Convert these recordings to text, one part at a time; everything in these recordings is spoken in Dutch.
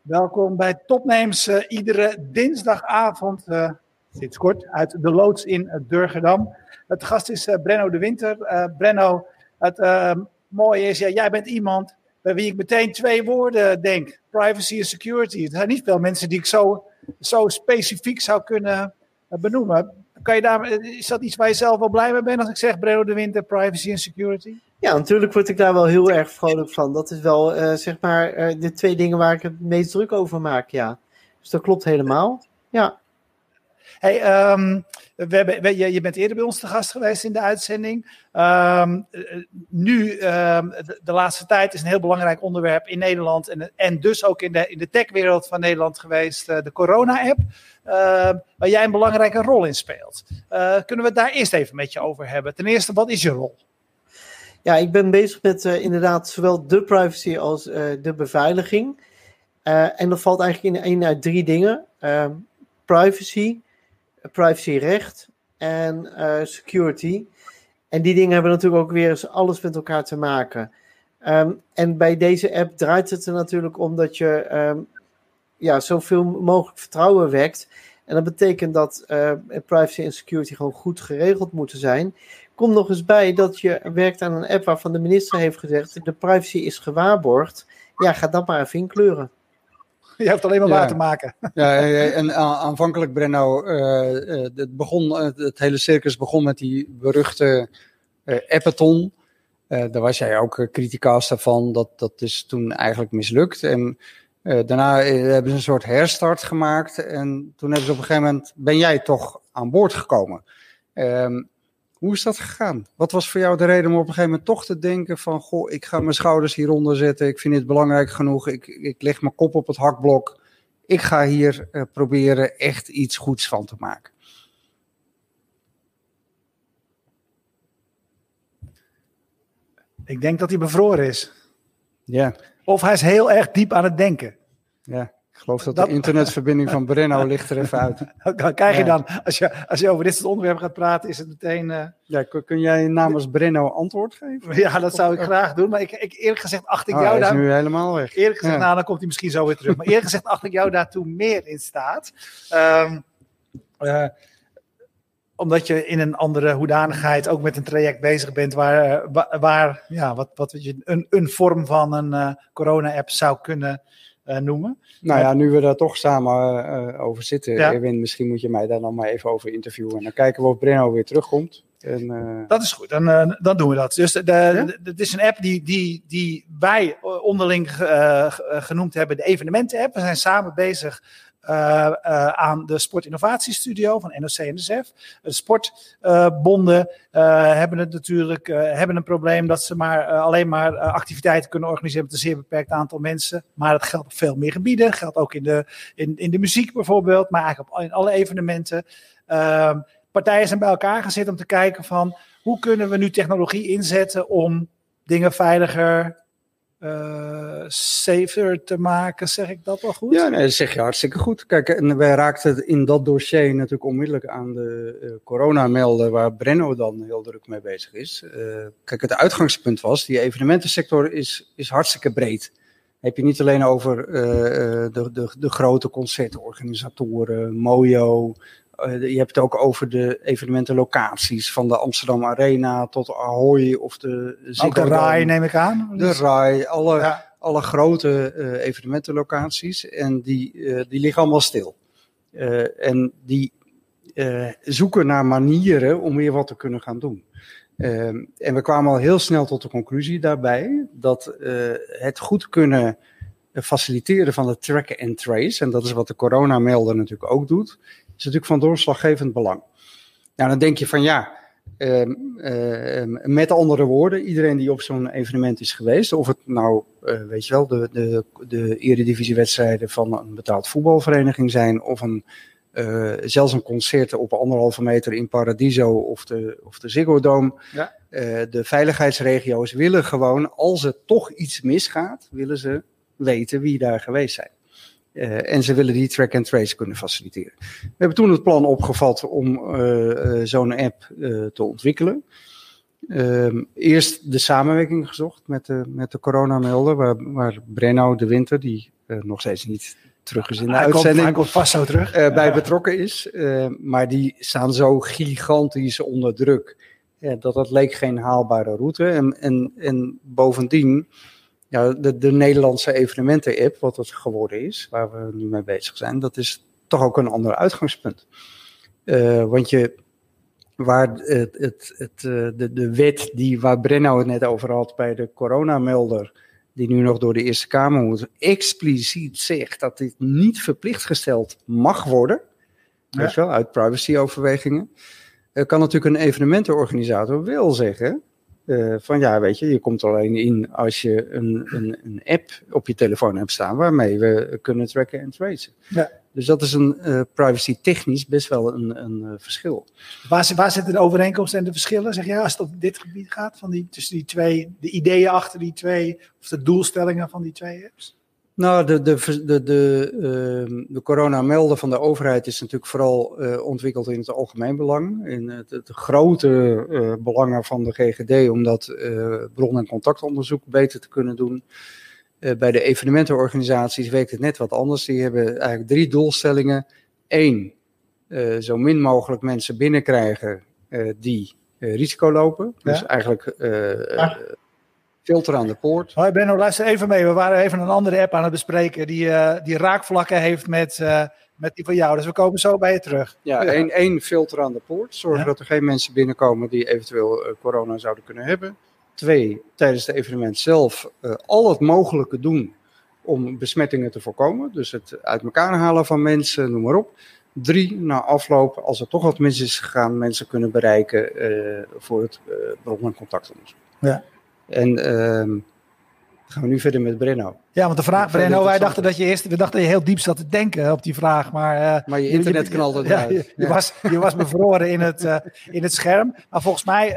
Welkom bij Topnames, iedere dinsdagavond, sinds kort, uit de loods in Durgerdam. Het gast is Brenno de Winter. Brenno, het mooie is, jij bent iemand bij wie ik meteen twee woorden denk. Privacy en security. Er zijn niet veel mensen die ik zo specifiek zou kunnen benoemen. Is dat iets waar je zelf wel blij mee bent als ik zeg Brenno de Winter, privacy en security? Ja, natuurlijk word ik daar wel heel erg vrolijk van. Dat is wel, de twee dingen waar ik het meest druk over maak, ja. Dus dat klopt helemaal, ja. Hey, je bent eerder bij ons te gast geweest in de uitzending. De laatste tijd is een heel belangrijk onderwerp in Nederland en dus ook in de techwereld van Nederland geweest, de corona-app, waar jij een belangrijke rol in speelt. Kunnen we het daar eerst even met je over hebben? Ten eerste, wat is je rol? Ja, ik ben bezig met inderdaad zowel de privacy als de beveiliging. En dat valt eigenlijk in één uit drie dingen. Privacyrecht en security. En die dingen hebben natuurlijk ook weer eens alles met elkaar te maken. En bij deze app draait het er natuurlijk om dat je zoveel mogelijk vertrouwen wekt. En dat betekent dat privacy en security gewoon goed geregeld moeten zijn. Komt nog eens bij dat je werkt aan een app waarvan de minister heeft gezegd, de privacy is gewaarborgd. Ja, ga dat maar even inkleuren. Je hebt alleen maar waar te maken. Ja, en aanvankelijk, Brenno, het hele circus begon met die beruchte appathon. Daar was jij ook criticaster van. Dat is toen eigenlijk mislukt. En daarna hebben ze een soort herstart gemaakt. En toen hebben ze op een gegeven moment, ben jij toch aan boord gekomen. Hoe is dat gegaan? Wat was voor jou de reden om op een gegeven moment toch te denken van, goh, ik ga mijn schouders hieronder zetten. Ik vind dit belangrijk genoeg. Ik leg mijn kop op het hakblok. Ik ga hier proberen echt iets goeds van te maken. Ik denk dat hij bevroren is. Ja. Of hij is heel erg diep aan het denken. Ja. Ik geloof dat de internetverbinding van Brenno ligt er even uit. Dan krijg je dan, als je over dit soort onderwerpen gaat praten, is het meteen... Ja, kun jij namens Brenno antwoord geven? Ja, dat zou ik graag doen. Maar ik eerlijk gezegd acht ik jou daar... Hij is nu helemaal weg. Eerlijk gezegd, dan komt hij misschien zo weer terug. Maar eerlijk gezegd acht ik jou daartoe meer in staat. Omdat je in een andere hoedanigheid ook met een traject bezig bent waar wat je een vorm van een corona-app zou kunnen noemen. Nou ja, nu we daar toch samen over zitten, ja. Erwin, misschien moet je mij daar dan maar even over interviewen. En dan kijken we of Brenno weer terugkomt. Dat is goed, dan doen we dat. Dus het is een app die wij onderling genoemd hebben de evenementen-app. We zijn samen bezig aan de Sportinnovatiestudio van NOC-NSF. De sportbonden hebben een probleem dat ze alleen maar activiteiten kunnen organiseren met een zeer beperkt aantal mensen. Maar dat geldt op veel meer gebieden. Dat geldt ook in de muziek bijvoorbeeld, maar eigenlijk in alle evenementen. Partijen zijn bij elkaar gaan zitten om te kijken van hoe kunnen we nu technologie inzetten om dingen veiliger, safer te maken, zeg ik dat wel goed? Ja, nee, dat zeg je hartstikke goed. Kijk, en wij raakten in dat dossier natuurlijk onmiddellijk aan de coronamelden waar Brenno dan heel druk mee bezig is. Kijk, het uitgangspunt was, die evenementensector is hartstikke breed. Heb je niet alleen over de grote concertorganisatoren, Mojo. Je hebt het ook over de evenementenlocaties van de Amsterdam Arena tot Ahoy of de Ziggo ook de RAI neem ik aan. De RAI, alle grote evenementenlocaties en die liggen allemaal stil. En die zoeken naar manieren om weer wat te kunnen gaan doen. En we kwamen al heel snel tot de conclusie daarbij dat het goed kunnen faciliteren van het tracken en trace, en dat is wat de coronamelder natuurlijk ook doet, is natuurlijk van doorslaggevend belang. Nou, dan denk je van met andere woorden, iedereen die op zo'n evenement is geweest, of het nou, de eredivisiewedstrijden van een betaald voetbalvereniging zijn, of zelfs een concert op 1,5 meter in Paradiso of de Ziggo Dome. Ja. De veiligheidsregio's willen gewoon, als er toch iets misgaat, willen ze weten wie daar geweest zijn. En ze willen die track and trace kunnen faciliteren. We hebben toen het plan opgevat om zo'n app te ontwikkelen. Eerst de samenwerking gezocht met de coronamelder, waar Brenno de Winter, die nog steeds niet terug is in de Hij uitzending. komt vast zo terug. Bij betrokken is. Maar die staan zo gigantisch onder druk. Dat leek geen haalbare route. En bovendien, ja, de Nederlandse evenementen-app, wat het geworden is, waar we nu mee bezig zijn, dat is toch ook een ander uitgangspunt. Want de wet waar Brenno het net over had bij de coronamelder, die nu nog door de Eerste Kamer moet, expliciet zegt dat dit niet verplicht gesteld mag worden, weet je wel, uit privacyoverwegingen, kan natuurlijk een evenementenorganisator wel zeggen van ja, weet je komt alleen in als je een app op je telefoon hebt staan waarmee we kunnen tracken en tracen. Ja. Dus dat is een privacy technisch best wel een verschil. Waar zitten de overeenkomsten en de verschillen? Zeg je, als het op dit gebied gaat, tussen die twee, de ideeën achter die twee, of de doelstellingen van die twee apps? Nou, de coronamelder van de overheid is natuurlijk vooral ontwikkeld in het algemeen belang. In het grote belangen van de GGD om dat bron- en contactonderzoek beter te kunnen doen. Bij de evenementenorganisaties werkt het net wat anders. Die hebben eigenlijk 3 doelstellingen. 1, zo min mogelijk mensen binnenkrijgen die risico lopen. Ja. Dus eigenlijk filter aan de poort. Hoi Benno, luister even mee. We waren even een andere app aan het bespreken die raakvlakken heeft met die van jou. Dus we komen zo bij je terug. Ja, één filter aan de poort. Zorgen dat er geen mensen binnenkomen die eventueel corona zouden kunnen hebben. 2, tijdens het evenement zelf al het mogelijke doen om besmettingen te voorkomen. Dus het uit elkaar halen van mensen, noem maar op. 3, na afloop, als er toch wat mis is gegaan, mensen kunnen bereiken voor het bron- en contactonderzoek. Ja. En gaan we nu verder met Brenno. Ja, want de vraag, Brenno, we dachten dat je heel diep zat te denken op die vraag. Maar je internet knalt het uit. Je was bevroren in het scherm. Maar volgens mij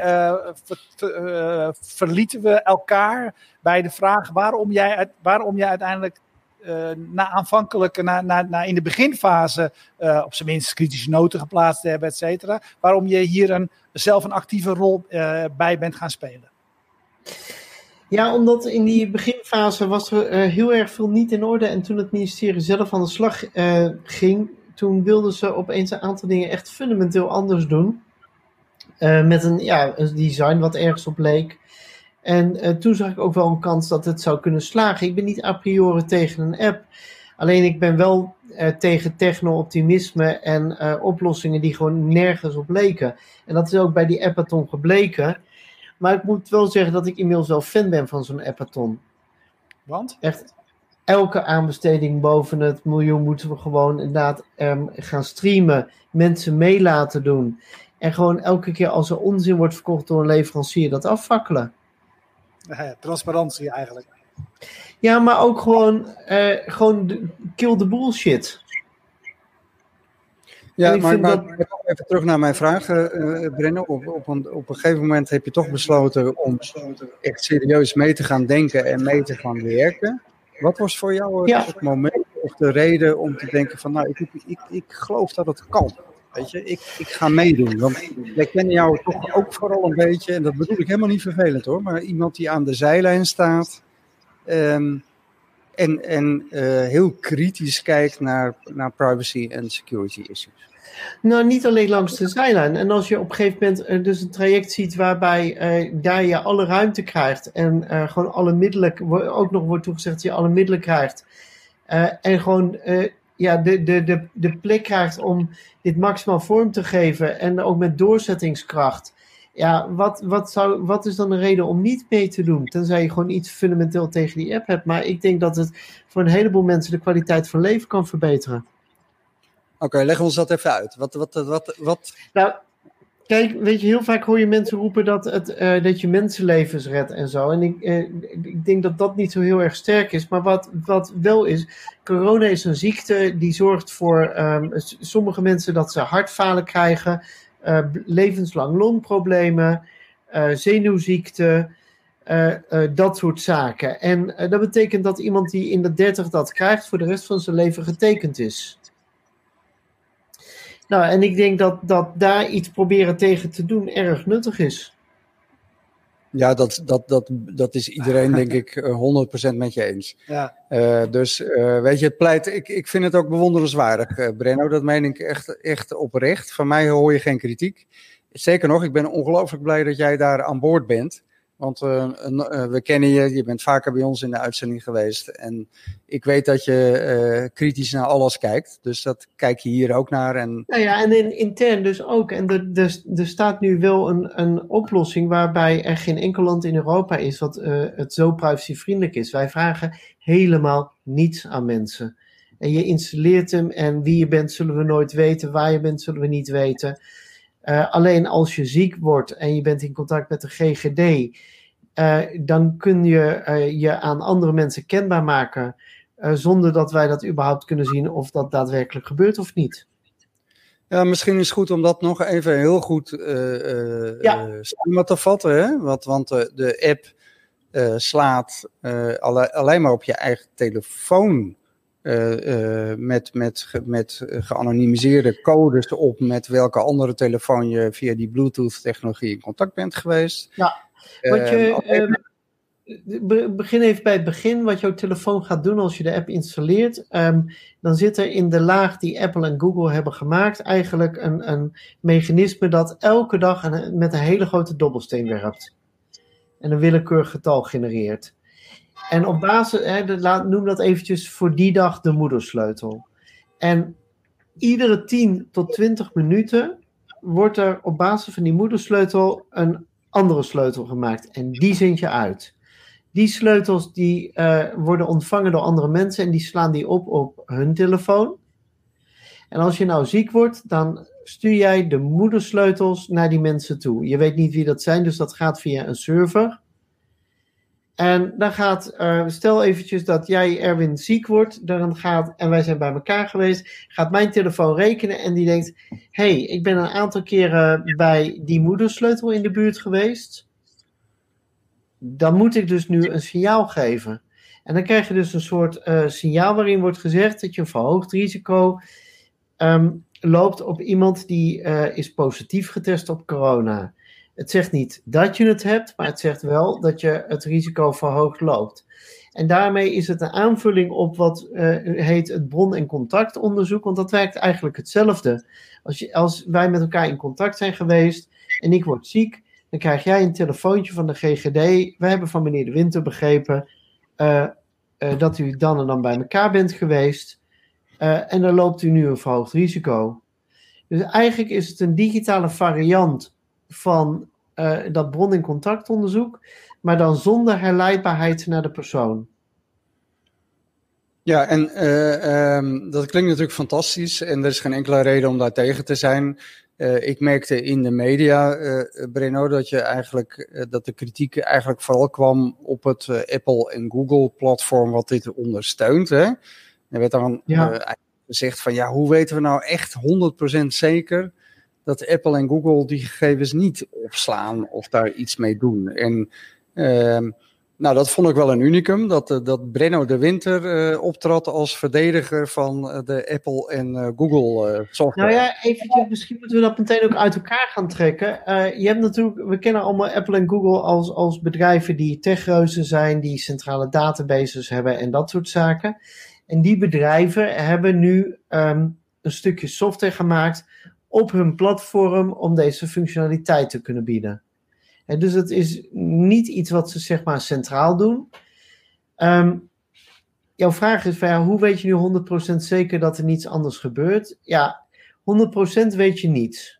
verlieten we elkaar bij de vraag waarom jij uiteindelijk aanvankelijk in de beginfase op zijn minst kritische noten geplaatst hebben, et cetera. Waarom je hier zelf een actieve rol bij bent gaan spelen. Ja, omdat in die beginfase was er heel erg veel niet in orde. En toen het ministerie zelf aan de slag ging, toen wilden ze opeens een aantal dingen echt fundamenteel anders doen. Met een design wat ergens op leek. En toen zag ik ook wel een kans dat het zou kunnen slagen. Ik ben niet a priori tegen een app. Alleen ik ben wel tegen techno-optimisme en oplossingen die gewoon nergens op leken. En dat is ook bij die appathon gebleken. Maar ik moet wel zeggen dat ik inmiddels wel fan ben van zo'n appathon. Want? Echt, elke aanbesteding boven het miljoen moeten we gewoon inderdaad gaan streamen. Mensen mee laten doen. En gewoon elke keer als er onzin wordt verkocht door een leverancier, dat afvakkelen. Ja, transparantie eigenlijk. Ja, maar ook gewoon kill the bullshit. Ja, maar even terug naar mijn vraag, Brenno. Op een gegeven moment heb je toch besloten om echt serieus mee te gaan denken en mee te gaan werken. Wat was voor jou het moment of de reden om te denken van, nou, ik geloof dat het kan. Weet je, ik ga meedoen. Want wij kennen jou toch ook vooral een beetje, en dat bedoel ik helemaal niet vervelend hoor, maar iemand die aan de zijlijn staat en heel kritisch kijkt naar privacy en security issues. Nou, niet alleen langs de zijlijn. En als je op een gegeven moment dus een traject ziet waarbij daar je alle ruimte krijgt en gewoon alle middelen, ook nog wordt toegezegd dat je alle middelen krijgt. En gewoon de plek krijgt om dit maximaal vorm te geven en ook met doorzettingskracht. Ja, wat is dan de reden om niet mee te doen? Tenzij je gewoon iets fundamenteel tegen die app hebt. Maar ik denk dat het voor een heleboel mensen de kwaliteit van leven kan verbeteren. Oké, leg ons dat even uit. Wat? Nou, kijk, weet je, heel vaak hoor je mensen roepen dat je mensenlevens redt en zo. En ik denk dat dat niet zo heel erg sterk is. Maar wat wel is, corona is een ziekte die zorgt voor sommige mensen dat ze hartfalen krijgen, levenslang longproblemen, zenuwziekte, dat soort zaken. En dat betekent dat iemand die in de 30 dat krijgt, voor de rest van zijn leven getekend is. Nou, en ik denk dat daar iets proberen tegen te doen erg nuttig is. Ja, dat is iedereen denk ik 100% met je eens. Ja. Dus weet je, ik vind het ook bewonderenswaardig, Brenno. Dat meen ik echt oprecht. Van mij hoor je geen kritiek. Zeker nog, ik ben ongelooflijk blij dat jij daar aan boord bent. Want we kennen je bent vaker bij ons in de uitzending geweest. En ik weet dat je kritisch naar alles kijkt. Dus dat kijk je hier ook naar. En intern dus ook. En er staat nu wel een oplossing waarbij er geen enkel land in Europa is wat het zo privacyvriendelijk is. Wij vragen helemaal niets aan mensen. En je installeert hem en wie je bent zullen we nooit weten. Waar je bent zullen we niet weten. Alleen als je ziek wordt en je bent in contact met de GGD, dan kun je je aan andere mensen kenbaar maken zonder dat wij dat überhaupt kunnen zien of dat daadwerkelijk gebeurt of niet. Ja, misschien is het goed om dat nog even heel goed samen te vatten. Hè? Want de app slaat alleen maar op je eigen telefoon met geanonimiseerde codes op met welke andere telefoon je via die Bluetooth-technologie in contact bent geweest. Ja, begin even bij het begin. Wat jouw telefoon gaat doen als je de app installeert. Dan zit er in de laag die Apple en Google hebben gemaakt eigenlijk een mechanisme dat elke dag met een hele grote dobbelsteen werpt. En een willekeurig getal genereert. En op basis, noem dat eventjes voor die dag de moedersleutel. En iedere 10 tot 20 minuten wordt er op basis van die moedersleutel een andere sleutel gemaakt. En die zend je uit. Die sleutels die worden ontvangen door andere mensen en die slaan die op hun telefoon. En als je nou ziek wordt, dan stuur jij de moedersleutels naar die mensen toe. Je weet niet wie dat zijn, dus dat gaat via een server. En dan stel eventjes dat jij, Erwin, ziek wordt, en wij zijn bij elkaar geweest, gaat mijn telefoon rekenen en die denkt, hey, ik ben een aantal keren bij die moedersleutel in de buurt geweest. Dan moet ik dus nu een signaal geven. En dan krijg je dus een soort signaal waarin wordt gezegd dat je een verhoogd risico loopt op iemand die is positief getest op corona. Het zegt niet dat je het hebt, maar het zegt wel dat je het risico verhoogd loopt. En daarmee is het een aanvulling op wat heet het bron- en contactonderzoek, want dat werkt eigenlijk hetzelfde. Als wij met elkaar in contact zijn geweest en ik word ziek, dan krijg jij een telefoontje van de GGD. We hebben van meneer De Winter begrepen dat u dan en dan bij elkaar bent geweest. En dan loopt u nu een verhoogd risico. Dus eigenlijk is het een digitale variant van dat bron- en contactonderzoek, maar dan zonder herleidbaarheid naar de persoon. Ja, en dat klinkt natuurlijk fantastisch en er is geen enkele reden om daar tegen te zijn. Ik merkte in de media, Brenno, dat de kritiek eigenlijk vooral kwam op het Apple en Google platform wat dit ondersteunt. Hè? Er werd dan gezegd van hoe weten we nou echt 100% zeker dat Apple en Google die gegevens niet opslaan of daar iets mee doen. En dat vond ik wel een unicum, dat Brenno De Winter optrad als verdediger van de Apple en Google software. Nou ja, eventjes, misschien moeten we dat meteen ook uit elkaar gaan trekken. Je hebt natuurlijk, we kennen allemaal Apple en Google als bedrijven die techreuzen zijn, die centrale databases hebben en dat soort zaken. En die bedrijven hebben nu een stukje software gemaakt op hun platform om deze functionaliteit te kunnen bieden. En dus het is niet iets wat ze zeg maar centraal doen. Jouw vraag is van hoe weet je nu 100% zeker dat er niets anders gebeurt? Ja, 100% weet je niets.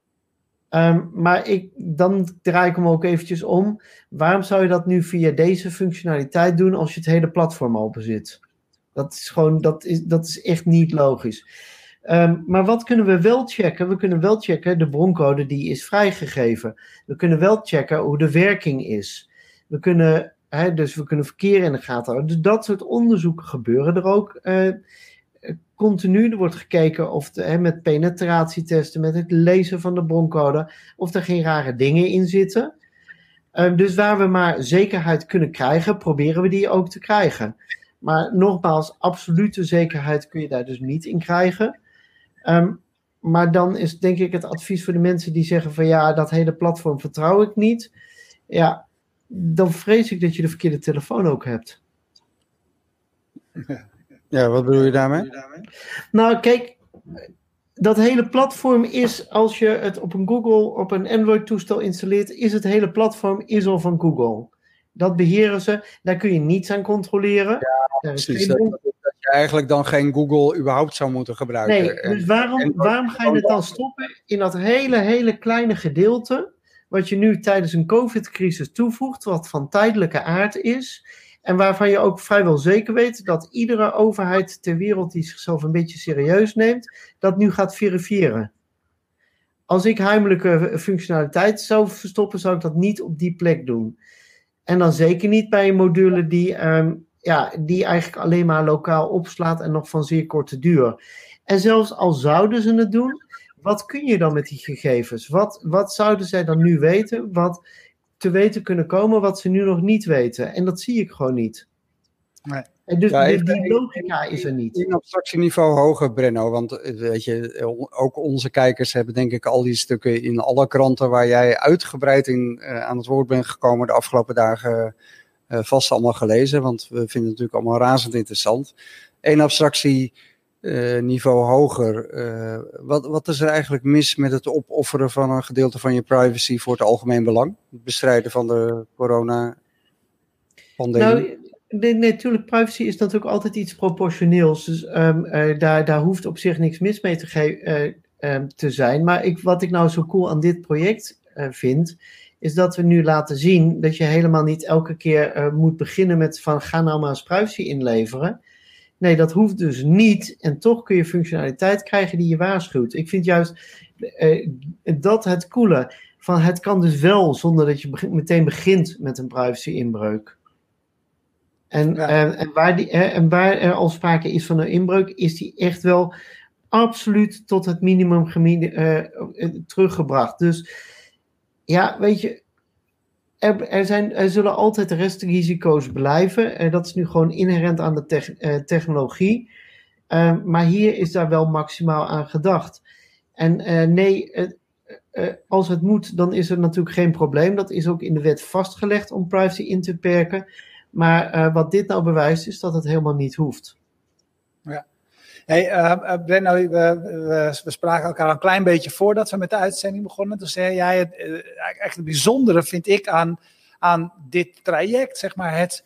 Maar dan draai ik hem ook eventjes om. Waarom zou je dat nu via deze functionaliteit doen als je het hele platform open zit? Dat is echt niet logisch. Maar wat kunnen we wel checken? We kunnen wel checken, de broncode die is vrijgegeven. We kunnen wel checken hoe de werking is. We kunnen verkeer in de gaten houden. Dus dat soort onderzoeken gebeuren er ook continu. Er wordt gekeken of met penetratietesten, met het lezen van de broncode, of er geen rare dingen in zitten. Dus waar we maar zekerheid kunnen krijgen, proberen we die ook te krijgen. Maar nogmaals, absolute zekerheid kun je daar dus niet in krijgen. Maar dan is denk ik het advies voor de mensen die zeggen van dat hele platform vertrouw ik niet. Ja, dan vrees ik dat je de verkeerde telefoon ook hebt. Ja, wat bedoel je daarmee? Nou, kijk, dat hele platform is, als je het op een Android-toestel installeert, is het hele platform al van Google. Dat beheren ze, daar kun je niets aan controleren. Ja, precies. Dat je eigenlijk dan geen Google überhaupt zou moeten gebruiken. Nee, dus waarom ga je het dan stoppen in dat hele kleine gedeelte, wat je nu tijdens een COVID-crisis toevoegt, wat van tijdelijke aard is, en waarvan je ook vrijwel zeker weet dat iedere overheid ter wereld die zichzelf een beetje serieus neemt, dat nu gaat verifiëren. Als ik heimelijke functionaliteit zou verstoppen, zou ik dat niet op die plek doen. En dan zeker niet bij een module die eigenlijk alleen maar lokaal opslaat en nog van zeer korte duur. En zelfs al zouden ze het doen, wat kun je dan met die gegevens? Wat zouden zij dan nu weten, wat te weten kunnen komen, wat ze nu nog niet weten? En dat zie ik gewoon niet. Nee. En dus die logica is er niet. In abstractieniveau hoger, Brenno. Want weet je, ook onze kijkers hebben denk ik al die stukken in alle kranten waar jij uitgebreid in aan het woord bent gekomen de afgelopen dagen vast allemaal gelezen. Want we vinden het natuurlijk allemaal razend interessant. Eén abstractieniveau hoger. Wat is er eigenlijk mis met het opofferen van een gedeelte van je privacy voor het algemeen belang? Het bestrijden van de corona-pandemie? Nou, natuurlijk, privacy is natuurlijk altijd iets proportioneels. Dus daar hoeft op zich niks mis mee te zijn. Maar wat ik nou zo cool aan dit project vind, is dat we nu laten zien dat je helemaal niet elke keer moet beginnen met van ga nou maar eens privacy inleveren. Nee, dat hoeft dus niet. En toch kun je functionaliteit krijgen die je waarschuwt. Ik vind juist dat het coole van het kan dus wel zonder dat je meteen begint met een privacy inbreuk. En waar er al sprake is van een inbreuk, is die echt wel absoluut tot het minimum teruggebracht. Dus ja, weet je, er zullen altijd restrisico's blijven. Dat is nu gewoon inherent aan de technologie. Maar hier is daar wel maximaal aan gedacht. En als het moet, dan is er natuurlijk geen probleem. Dat is ook in de wet vastgelegd om privacy in te perken. Maar wat dit nou bewijst, is dat het helemaal niet hoeft. Ja. Hey, Brenno, we spraken elkaar een klein beetje voordat we met de uitzending begonnen. Toen zei jij, eigenlijk het bijzondere vind ik aan dit traject, zeg maar het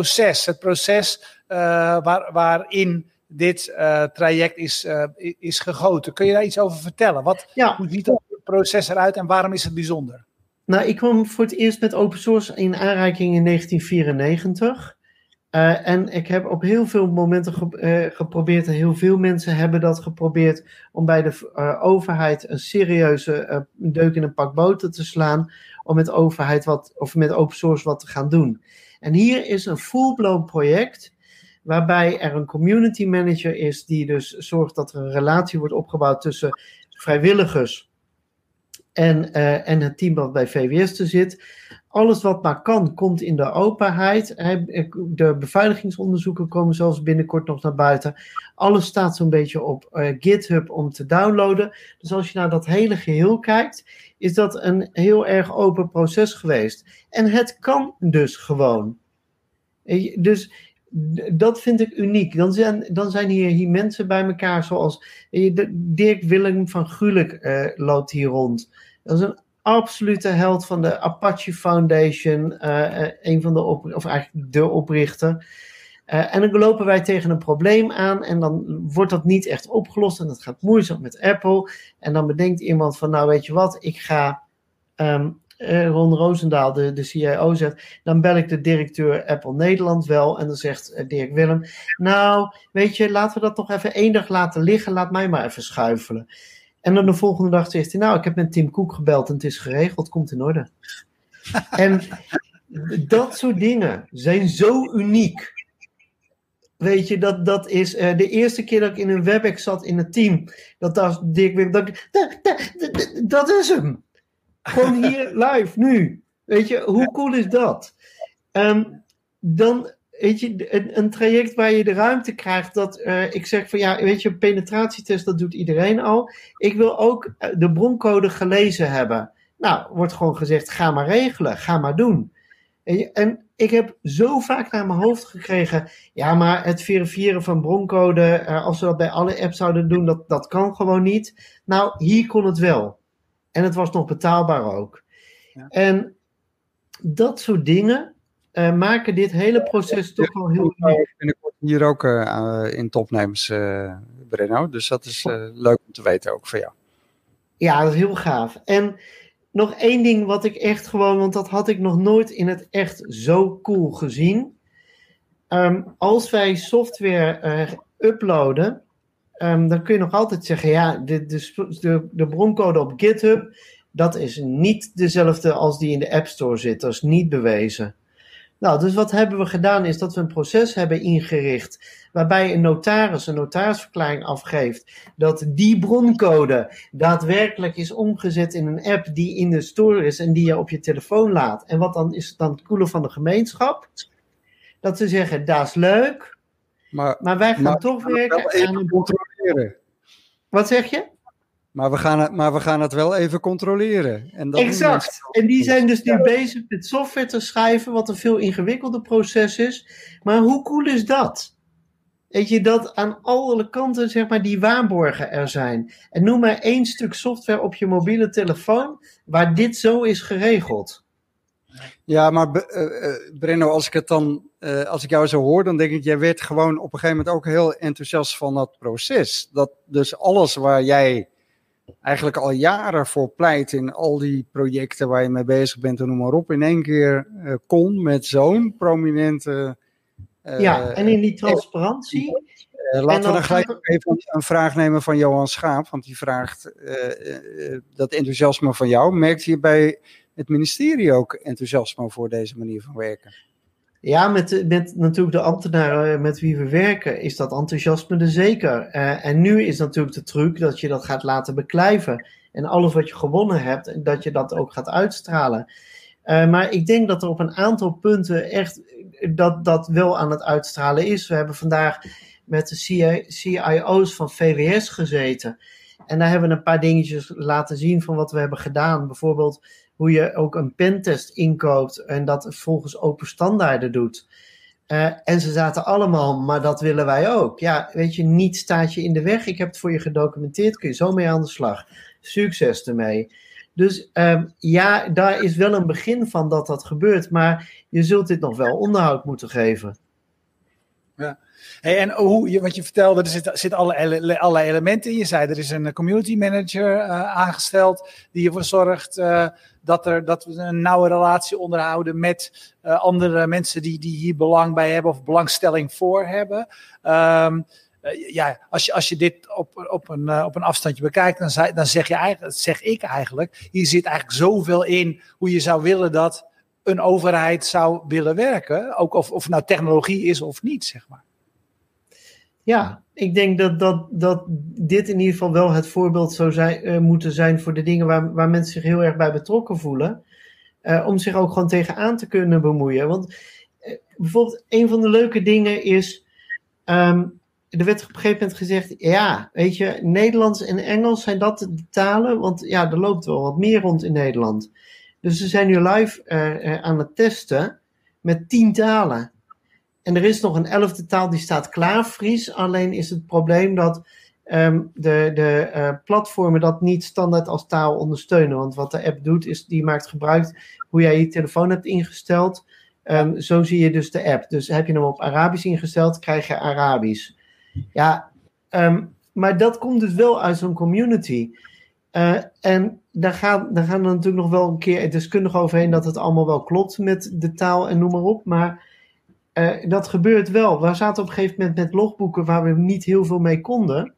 proces waarin dit traject is gegoten. Kun je daar iets over vertellen? Hoe ziet dat proces eruit en waarom is het bijzonder? Nou, ik kwam voor het eerst met open source in aanraking in 1994. En ik heb op heel veel momenten geprobeerd, en heel veel mensen hebben dat geprobeerd, om bij de overheid een serieuze deuk in een pak boter te slaan, om met met open source wat te gaan doen. En hier is een full-blown project, waarbij er een community manager is, die dus zorgt dat er een relatie wordt opgebouwd tussen vrijwilligers en het team dat bij VWS zit. Alles wat maar kan, komt in de openheid. De beveiligingsonderzoeken komen zelfs binnenkort nog naar buiten. Alles staat zo'n beetje op GitHub om te downloaden. Dus als je naar dat hele geheel kijkt, is dat een heel erg open proces geweest. En het kan dus gewoon. Dus dat vind ik uniek. Dan zijn hier mensen bij elkaar, zoals Dirk Willem van Gulik loopt hier rond. Dat is een absolute held van de Apache Foundation, een van de oprichter. En dan lopen wij tegen een probleem aan en dan wordt dat niet echt opgelost en dat gaat moeizaam met Apple. En dan bedenkt iemand van, nou weet je wat, ik ga Ron Roosendaal, de CIO, zegt, dan bel ik de directeur Apple Nederland wel. En dan zegt Dirk Willem, nou, weet je, laten we dat nog even 1 dag laten liggen. Laat mij maar even schuifelen. En dan de volgende dag zegt hij, nou, ik heb met Tim Cook gebeld en het is geregeld, komt in orde. En dat soort dingen zijn zo uniek. Weet je, dat is de eerste keer dat ik in een WebEx zat in het team, dat Dirk Willem, dat is hem. Gewoon hier live, nu. Weet je, hoe cool is dat? Dan, weet je, een traject waar je de ruimte krijgt dat ik zeg van ja, weet je, een penetratietest, dat doet iedereen al. Ik wil ook de broncode gelezen hebben. Nou, wordt gewoon gezegd, ga maar regelen, ga maar doen. En ik heb zo vaak naar mijn hoofd gekregen, ja, maar het verifiëren van broncode, als we dat bij alle apps zouden doen, dat kan gewoon niet. Nou, hier kon het wel. En het was nog betaalbaar ook. Ja. En dat soort dingen maken dit hele proces toch wel heel leuk. Binnenkort hier ook in Topnames, Brenno. Dus dat is leuk om te weten ook voor jou. Ja, dat is heel gaaf. En nog één ding wat ik echt gewoon, want dat had ik nog nooit in het echt zo cool gezien. Als wij software uploaden, dan kun je nog altijd zeggen, ja, de broncode op GitHub, dat is niet dezelfde als die in de App Store zit. Dat is niet bewezen. Nou, dus wat hebben we gedaan is dat we een proces hebben ingericht waarbij een notaris een notarisverklaring afgeeft dat die broncode daadwerkelijk is omgezet in een app die in de store is en die je op je telefoon laat. En wat dan is dan het coole van de gemeenschap? Dat ze zeggen, dat is leuk, maar wij gaan toch werken aan een controleren. Wat zeg je? Maar we gaan het wel even controleren. En dat exact. En die zijn dus nu bezig met software te schrijven, wat een veel ingewikkelder proces is. Maar hoe cool is dat? Weet je, dat aan alle kanten, zeg maar, die waarborgen er zijn. En noem maar 1 stuk software op je mobiele telefoon waar dit zo is geregeld. Ja, maar Brenno, als ik jou zo hoor, dan denk ik, jij werd gewoon op een gegeven moment ook heel enthousiast van dat proces. Dat dus alles waar jij eigenlijk al jaren voor pleit in al die projecten waar je mee bezig bent, noem maar op, in één keer kon met zo'n prominente... ja, en in die transparantie... laten we dan gelijk even een vraag nemen van Johan Schaap, want die vraagt dat enthousiasme van jou. Merkte je bij het ministerie ook enthousiasme voor deze manier van werken? Ja, met natuurlijk de ambtenaren met wie we werken is dat enthousiasme er zeker. En nu is natuurlijk de truc dat je dat gaat laten beklijven. En alles wat je gewonnen hebt, dat je dat ook gaat uitstralen. Maar ik denk dat er op een aantal punten echt dat wel aan het uitstralen is. We hebben vandaag met de CIO's van VWS gezeten. En daar hebben we een paar dingetjes laten zien van wat we hebben gedaan. Bijvoorbeeld hoe je ook een pentest inkoopt en dat volgens open standaarden doet. En ze zaten allemaal, maar dat willen wij ook. Ja, weet je, niets staat je in de weg. Ik heb het voor je gedocumenteerd, kun je zo mee aan de slag. Succes ermee. Dus ja, daar is wel een begin van dat gebeurt, maar je zult dit nog wel onderhoud moeten geven. Ja. Hey, en want je vertelde, er zitten allerlei elementen in. Je zei, er is een community manager aangesteld die ervoor zorgt dat we een nauwe relatie onderhouden met andere mensen die hier belang bij hebben of belangstelling voor hebben. Ja, als je dit op een afstandje bekijkt, dan zeg ik eigenlijk, hier zit eigenlijk zoveel in hoe je zou willen dat een overheid zou willen werken. Ook of nou technologie is of niet, zeg maar. Ja, ik denk dat dit in ieder geval wel het voorbeeld zou moeten zijn voor de dingen waar mensen zich heel erg bij betrokken voelen. Om zich ook gewoon tegenaan te kunnen bemoeien. Want bijvoorbeeld een van de leuke dingen is, er werd op een gegeven moment gezegd, ja, weet je, Nederlands en Engels zijn dat de talen, want ja, er loopt wel wat meer rond in Nederland. Dus ze zijn nu live aan het testen met 10 talen. En er is nog een 11e taal die staat klaar, Fries. Alleen is het probleem dat de platformen dat niet standaard als taal ondersteunen. Want wat de app doet, is die maakt gebruik hoe jij je telefoon hebt ingesteld. Zo zie je dus de app. Dus heb je hem op Arabisch ingesteld, krijg je Arabisch. Ja, maar dat komt dus wel uit zo'n community. En daar gaan er natuurlijk nog wel een keer deskundig overheen dat het allemaal wel klopt met de taal en noem maar op. Maar dat gebeurt wel. We zaten op een gegeven moment met logboeken waar we niet heel veel mee konden.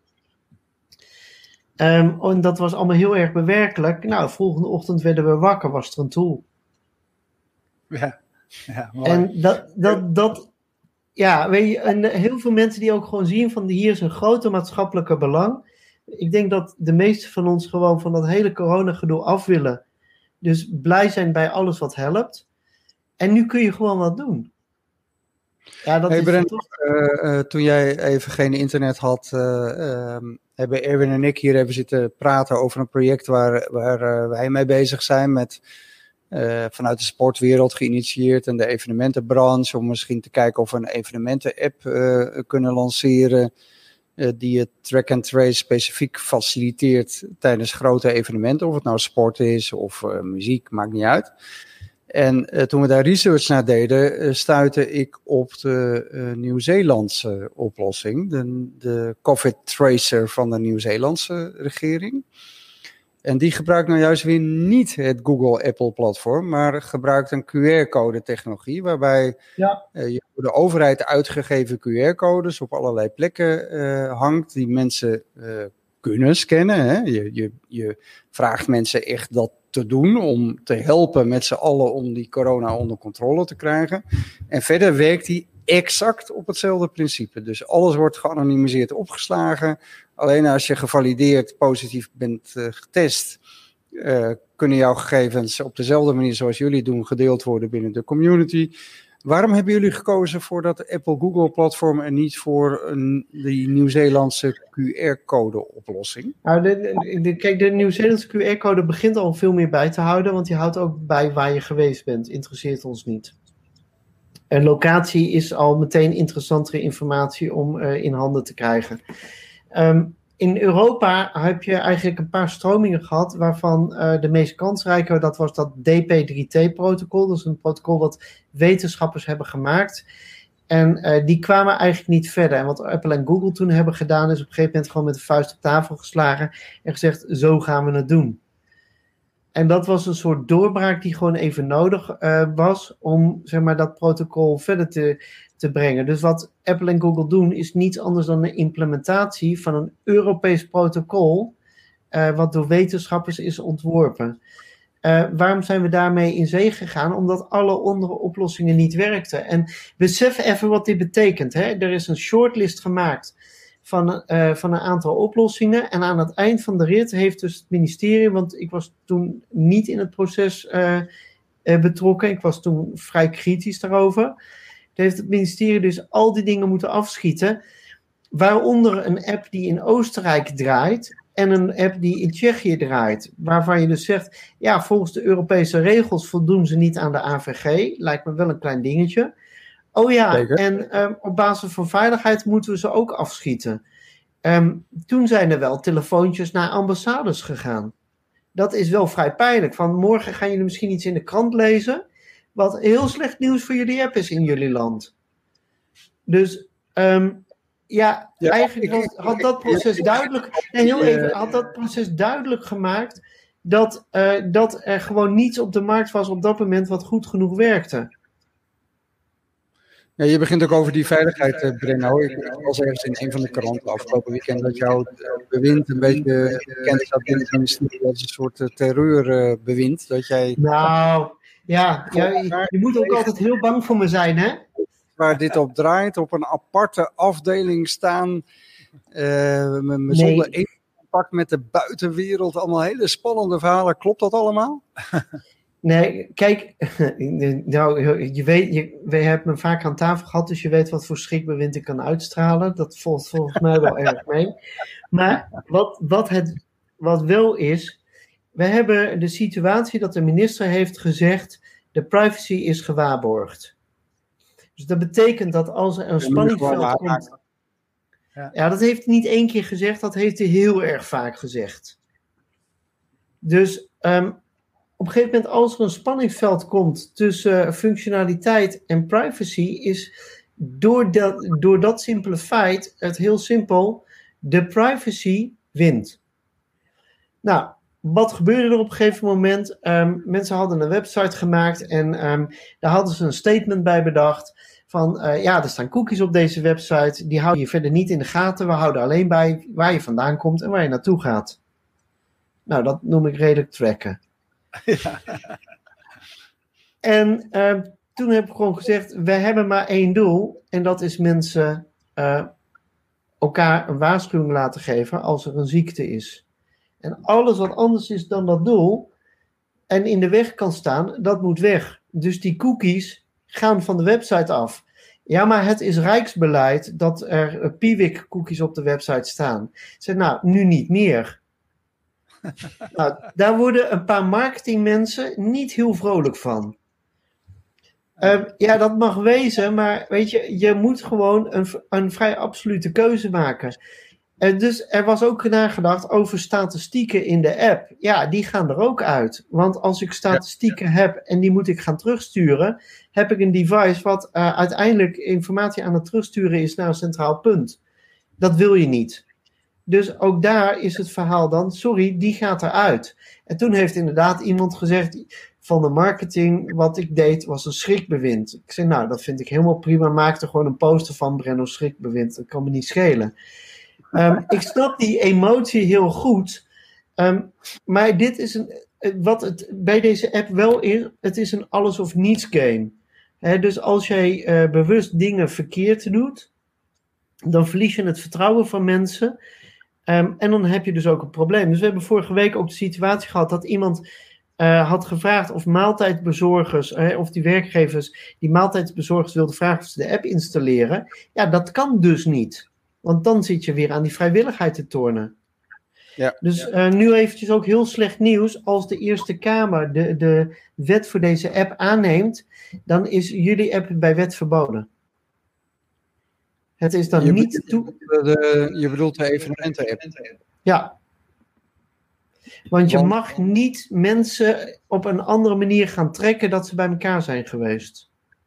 En dat was allemaal heel erg bewerkelijk. Nou, de volgende ochtend werden we wakker, was er een tool. Ja, mooi. En ja, weet je, en heel veel mensen die ook gewoon zien van hier is een grote maatschappelijke belang. Ik denk dat de meesten van ons gewoon van dat hele coronagedoe af willen. Dus blij zijn bij alles wat helpt. En nu kun je gewoon wat doen. Ja, dat is Brent, toen jij even geen internet had, hebben Erwin en ik hier even zitten praten over een project waar wij mee bezig zijn met vanuit de sportwereld geïnitieerd en de evenementenbranche om misschien te kijken of we een evenementen-app kunnen lanceren die het track and trace specifiek faciliteert tijdens grote evenementen, of het nou sport is of muziek, maakt niet uit. En toen we daar research naar deden, stuitte ik op de Nieuw-Zeelandse oplossing, de COVID Tracer van de Nieuw-Zeelandse regering. En die gebruikt nou juist weer niet het Google-Apple-platform, maar gebruikt een QR-code-technologie, waarbij je door de overheid uitgegeven QR-codes op allerlei plekken hangt, die mensen kunnen scannen. Hè? Je vraagt mensen echt dat te doen om te helpen met z'n allen om die corona onder controle te krijgen. En verder werkt die exact op hetzelfde principe. Dus alles wordt geanonimiseerd opgeslagen. Alleen als je gevalideerd positief bent getest, kunnen jouw gegevens op dezelfde manier zoals jullie doen gedeeld worden binnen de community. Waarom hebben jullie gekozen voor dat Apple-Google-platform en niet voor die Nieuw-Zeelandse QR-code-oplossing? Nou, kijk, de Nieuw-Zeelandse QR-code begint al veel meer bij te houden, want die houdt ook bij waar je geweest bent. Interesseert ons niet. En locatie is al meteen interessantere informatie om in handen te krijgen. In Europa heb je eigenlijk een paar stromingen gehad, waarvan de meest kansrijke, dat was dat DP3T-protocol. Dat is een protocol wat wetenschappers hebben gemaakt. En die kwamen eigenlijk niet verder. En wat Apple en Google toen hebben gedaan, is op een gegeven moment gewoon met de vuist op tafel geslagen en gezegd, zo gaan we het doen. En dat was een soort doorbraak die gewoon even nodig was om, zeg maar, dat protocol verder te brengen. Dus wat Apple en Google doen is niets anders dan een implementatie van een Europees protocol wat door wetenschappers is ontworpen. Waarom zijn we daarmee in zee gegaan? Omdat alle andere oplossingen niet werkten. En besef even wat dit betekent. Hè? Er is een shortlist gemaakt van een aantal oplossingen. En aan het eind van de rit heeft dus het ministerie, want ik was toen niet in het proces betrokken. Ik was toen vrij kritisch daarover. Heeft het ministerie dus al die dingen moeten afschieten. Waaronder een app die in Oostenrijk draait en een app die in Tsjechië draait. Waarvan je dus zegt, ja, volgens de Europese regels voldoen ze niet aan de AVG. Lijkt me wel een klein dingetje. Oh ja, zeker. En op basis van veiligheid moeten we ze ook afschieten. Toen zijn er wel telefoontjes naar ambassades gegaan. Dat is wel vrij pijnlijk. Van morgen gaan jullie misschien iets in de krant lezen, wat heel slecht nieuws voor jullie app is in jullie land. Dus eigenlijk had dat proces duidelijk. Had dat proces duidelijk gemaakt dat er gewoon niets op de markt was op dat moment wat goed genoeg werkte. Ja, je begint ook over die veiligheid, Brenno. Ik was ergens in een van de kranten afgelopen weekend dat jouw bewind een beetje bekend staat binnen het ministerie als een soort terreurbewind. Dat jij... Nou, ja, je moet ook altijd heel bang voor me zijn, hè? Waar dit op draait, op een aparte afdeling staan, zonder enige contact met de buitenwereld, allemaal hele spannende verhalen. Klopt dat allemaal? Nee, kijk, nou, je weet, je hebt me vaak aan tafel gehad, dus je weet wat voor schrikbewind ik kan uitstralen. Dat volgt volgens mij wel erg mee. Maar wat wel is, we hebben de situatie dat de minister heeft gezegd, de privacy is gewaarborgd. Dus dat betekent dat als er een spanningsveld komt... Ja, dat heeft hij niet één keer gezegd, dat heeft hij heel erg vaak gezegd. Dus op een gegeven moment als er een spanningsveld komt tussen functionaliteit en privacy, is door dat simpele feit het heel simpel, de privacy wint. Nou, wat gebeurde er op een gegeven moment? Mensen hadden een website gemaakt en daar hadden ze een statement bij bedacht van, er staan cookies op deze website, die houden je verder niet in de gaten, we houden alleen bij waar je vandaan komt en waar je naartoe gaat. Nou, dat noem ik redelijk tracken. Ja. En toen heb ik gewoon gezegd, we hebben maar één doel en dat is mensen elkaar een waarschuwing laten geven als er een ziekte is. En alles wat anders is dan dat doel en in de weg kan staan, dat moet weg. Dus die cookies gaan van de website af. Ja, maar het is Rijksbeleid dat er PIWIC-cookies op de website staan. Ik zeg, nou, nu niet meer. Nou, daar worden een paar marketingmensen niet heel vrolijk van. Ja, dat mag wezen, maar weet je moet gewoon een vrij absolute keuze maken. Dus er was ook nagedacht over statistieken in de app. Ja, die gaan er ook uit. Want als ik statistieken heb en die moet ik gaan terugsturen, heb ik een device wat uiteindelijk informatie aan het terugsturen is naar een centraal punt. Dat wil je niet. Dus ook daar is het verhaal dan, sorry, die gaat eruit. En toen heeft inderdaad iemand gezegd van de marketing, wat ik deed was een schrikbewind. Ik zei, nou, dat vind ik helemaal prima. Maak er gewoon een poster van, Brenno, schrikbewind. Dat kan me niet schelen. Ik snap die emotie heel goed. Maar dit is wat het bij deze app wel is. Het is een alles of niets game. Dus als jij bewust dingen verkeerd doet, dan verlies je het vertrouwen van mensen. En dan heb je dus ook een probleem. Dus we hebben vorige week ook de situatie gehad dat iemand had gevraagd of maaltijdbezorgers, of die werkgevers die maaltijdbezorgers wilden vragen of ze de app installeren. Ja, dat kan dus niet. Want dan zit je weer aan die vrijwilligheid te tornen. Ja, dus nu eventjes ook heel slecht nieuws. Als de Eerste Kamer de wet voor deze app aanneemt, dan is jullie app bij wet verboden. Het is dan je bedoelt de evenementen-app? Ja. Want je mag niet mensen op een andere manier gaan trekken dat ze bij elkaar zijn geweest.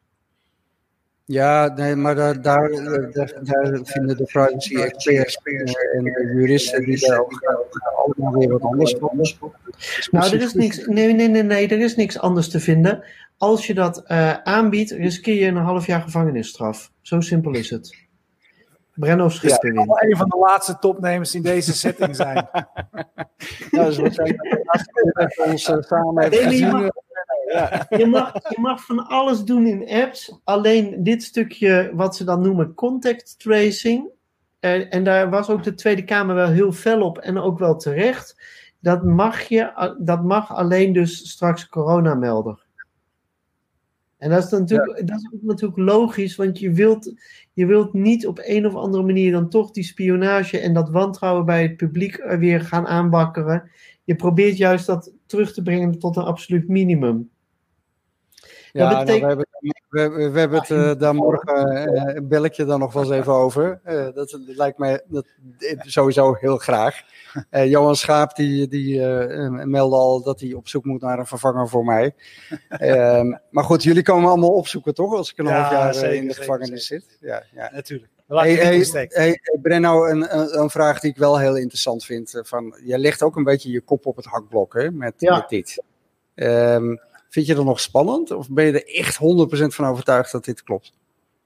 Ja, nee, maar daar vinden de privacy-experts en de juristen die daar ook allemaal weer wat anders van. Nou, er is niks. Nee, er is niks anders te vinden. Als je dat aanbiedt, riskeer je een half jaar gevangenisstraf. Zo simpel is het. Brenno Schipperwind. Ja, een van de laatste topnemers in deze setting zijn. Ja, dus we zijn ons samen even gezien. Je mag van alles doen in apps. Alleen dit stukje wat ze dan noemen contact tracing. En daar was ook de Tweede Kamer wel heel fel op. En ook wel terecht. Dat mag alleen dus straks coronamelder. En dat is natuurlijk logisch. Want je wilt niet op een of andere manier dan toch die spionage en dat wantrouwen bij het publiek weer gaan aanwakkeren. Je probeert juist dat terug te brengen tot een absoluut minimum. Ja, we hebben het daar morgen, bel ik je dan nog wel eens even over. Dat lijkt mij sowieso heel graag. Johan Schaap die meldde al dat hij op zoek moet naar een vervanger voor mij. Maar goed, jullie komen allemaal opzoeken toch? Als ik een half jaar in de gevangenis zit. Ja, natuurlijk. Hey, Brenno, een vraag die ik wel heel interessant vind. Je legt ook een beetje je kop op het hakblok hè, met dit. Vind je dat nog spannend? Of ben je er echt 100% van overtuigd dat dit klopt?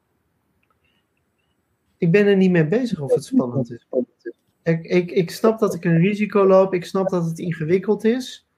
Ik ben er niet mee bezig of het spannend is. Ik snap dat ik een risico loop. Ik snap dat het ingewikkeld is.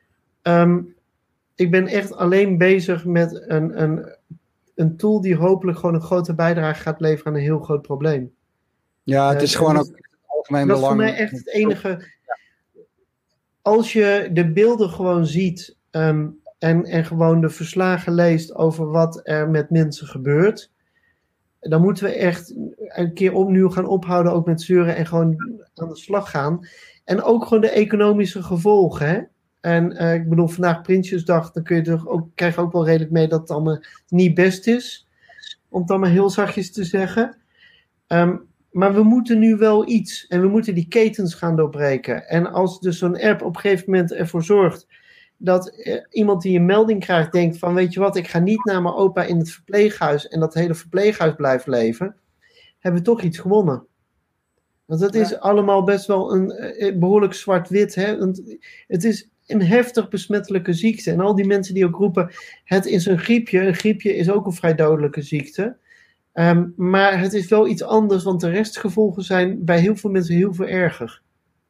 Ik ben echt alleen bezig met een tool die hopelijk gewoon een grote bijdrage gaat leveren aan een heel groot probleem. Ja, het is gewoon ook het algemeen belang. Dat is voor mij echt het enige. Als je de beelden gewoon ziet en gewoon de verslagen leest over wat er met mensen gebeurt, dan moeten we echt een keer opnieuw gaan ophouden ook met zeuren en gewoon aan de slag gaan. En ook gewoon de economische gevolgen, hè? En ik bedoel, vandaag Prinsjesdag, dan krijg je ook wel redelijk mee dat het allemaal niet best is. Om het allemaal heel zachtjes te zeggen. Maar we moeten nu wel iets. En we moeten die ketens gaan doorbreken. En als dus zo'n app op een gegeven moment ervoor zorgt dat iemand die een melding krijgt denkt van, weet je wat, ik ga niet naar mijn opa in het verpleeghuis en dat hele verpleeghuis blijft leven, hebben we toch iets gewonnen. Want het is allemaal best wel een behoorlijk zwart-wit. Hè? Want het is een heftig besmettelijke ziekte. En al die mensen die ook roepen, het is een griepje. Een griepje is ook een vrij dodelijke ziekte. Maar het is wel iets anders, want de restgevolgen zijn bij heel veel mensen heel veel erger.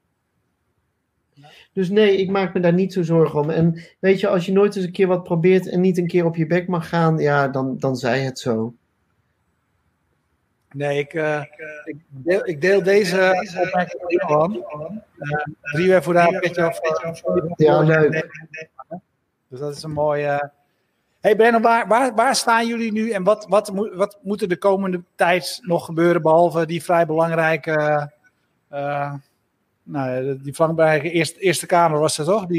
Dus nee, ik maak me daar niet zo zorgen om. En weet je, als je nooit eens een keer wat probeert en niet een keer op je bek mag gaan, ja, dan zij het zo. Nee, ik deel deze opmerking ook aan. Drieën voor daar een beetje af. Ja, leuk. Dus dat is een mooie. Hey Brenno, waar staan jullie nu en wat moet er de komende tijd nog gebeuren, behalve die vrij belangrijke die vlakbij Eerste Kamer was dat toch?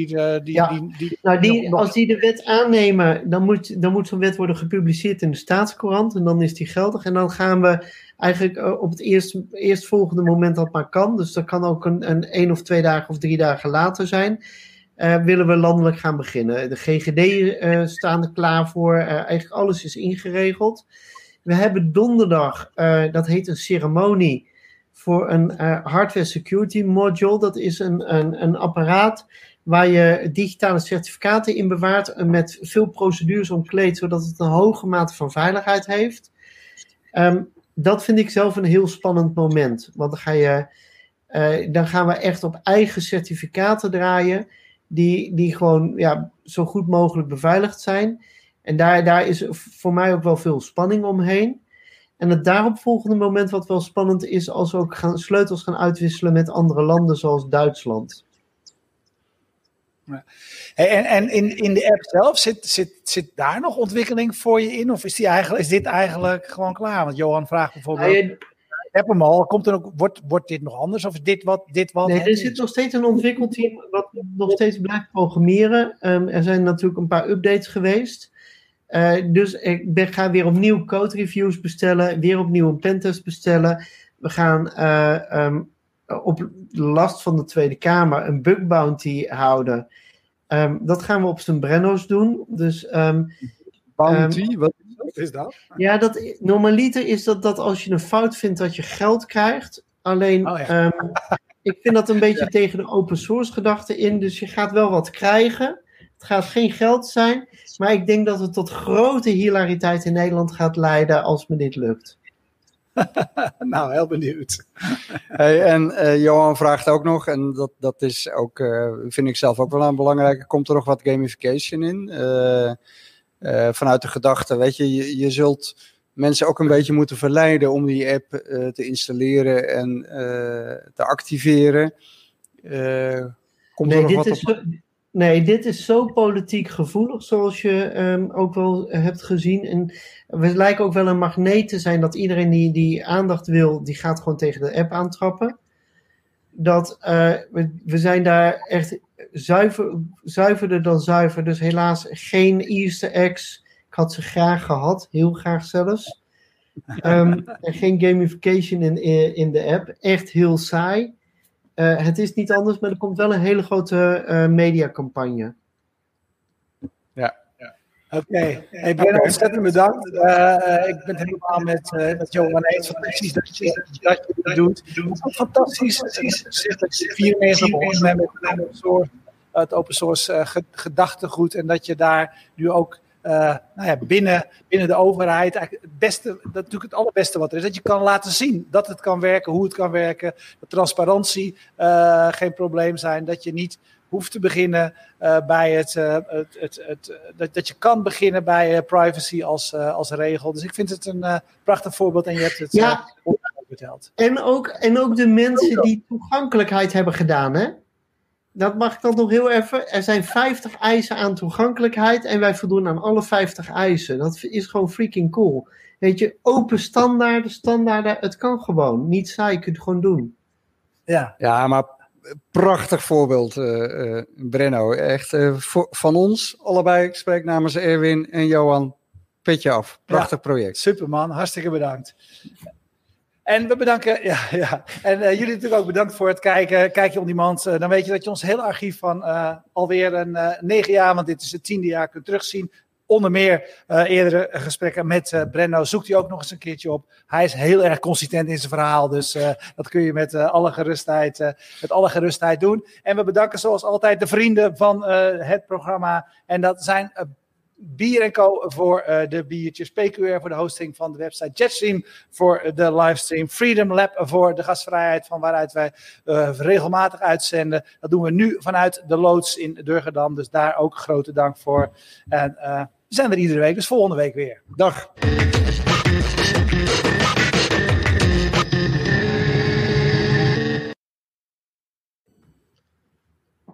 Als die de wet aannemen, dan moet zo'n wet worden gepubliceerd in de Staatscourant en dan is die geldig. En dan gaan we eigenlijk op het eerstvolgende moment dat maar kan, dus dat kan ook een 1 of 2 dagen of 3 dagen later zijn, willen we landelijk gaan beginnen. De GGD staan er klaar voor, eigenlijk alles is ingeregeld. We hebben donderdag, dat heet een ceremonie, voor een hardware security module. Dat is een apparaat waar je digitale certificaten in bewaart met veel procedures omkleed, zodat het een hoge mate van veiligheid heeft. Dat vind ik zelf een heel spannend moment. Want dan gaan we echt op eigen certificaten draaien die gewoon zo goed mogelijk beveiligd zijn. En daar is voor mij ook wel veel spanning omheen. En het daaropvolgende moment wat wel spannend is, als we ook sleutels gaan uitwisselen met andere landen zoals Duitsland. Ja. En in de app zelf, zit daar nog ontwikkeling voor je in? Of is dit eigenlijk gewoon klaar? Want Johan vraagt bijvoorbeeld, ik heb hem al, wordt dit nog anders? Of is dit wat? Nee, er zit nog steeds een ontwikkelteam wat nog steeds blijft programmeren. Er zijn natuurlijk een paar updates geweest. Dus ik ga weer opnieuw code reviews bestellen, weer opnieuw een pentest bestellen. We gaan op last van de Tweede Kamer een bug bounty houden. Dat gaan we op zijn Brenno's doen. Dus, bounty? Wat is dat? Ja, normaliter is dat als je een fout vindt dat je geld krijgt. Alleen, ik vind dat een beetje tegen de open source gedachte in. Dus je gaat wel wat krijgen. Het gaat geen geld zijn, maar ik denk dat het tot grote hilariteit in Nederland gaat leiden als me dit lukt. Nou, heel benieuwd. Hey, en Johan vraagt ook nog, en dat is ook, vind ik zelf ook wel een belangrijke, komt er nog wat gamification in? Vanuit de gedachte, weet je zult mensen ook een beetje moeten verleiden om die app te installeren en te activeren. Komt er nog wat op? Nee, dit is zo politiek gevoelig, zoals je ook wel hebt gezien. En we lijken ook wel een magneet te zijn dat iedereen die aandacht wil, die gaat gewoon tegen de app aantrappen. We zijn daar echt zuiverder dan zuiver. Dus helaas geen Easter eggs. Ik had ze graag gehad, heel graag zelfs. En geen gamification in de app. Echt heel saai. Het is niet anders, maar er komt wel een hele grote mediacampagne. Ja. Oké. Hey Brenno, ontzettend bedankt. Ik ben het helemaal met Johan eens. Fantastisch dat je het doet. Fantastisch. Dat je 94 begonnen bent met het open source gedachtegoed. En dat je daar nu ook binnen de overheid eigenlijk het beste, dat natuurlijk het allerbeste wat er is, dat je kan laten zien dat het kan werken, hoe het kan werken, dat transparantie geen probleem zijn, dat je niet hoeft te beginnen bij dat je kan beginnen bij privacy als regel. Dus ik vind het een prachtig voorbeeld en je hebt het verteld. En ook de mensen die toegankelijkheid hebben gedaan, hè? Dat mag ik dan nog heel even. Er zijn 50 eisen aan toegankelijkheid en wij voldoen aan alle 50 eisen. Dat is gewoon freaking cool. Weet je, open standaarden, het kan gewoon. Niet saai, je kunt het gewoon doen. Ja, maar prachtig voorbeeld, Brenno. Echt van ons allebei, ik spreek namens Erwin en Johan, petje af. Prachtig project. Superman, hartstikke bedankt. En we bedanken, en jullie natuurlijk ook bedankt voor het kijken. Kijk je on demand, dan weet je dat je ons hele archief van alweer 9 jaar, want dit is het 10e jaar, kunt terugzien. Onder meer eerdere gesprekken met Brenno. Zoekt hij ook nog eens een keertje op. Hij is heel erg consistent in zijn verhaal. Dus dat kun je met alle gerustheid doen. En we bedanken zoals altijd de vrienden van het programma. En dat zijn Bier & Co. voor de biertjes. PQR voor de hosting van de website. Jetstream voor de livestream. Freedom Lab voor de gastvrijheid van waaruit wij regelmatig uitzenden. Dat doen we nu vanuit de loods in Durgerdam. Dus daar ook grote dank voor. En we zijn er iedere week. Dus volgende week weer. Dag.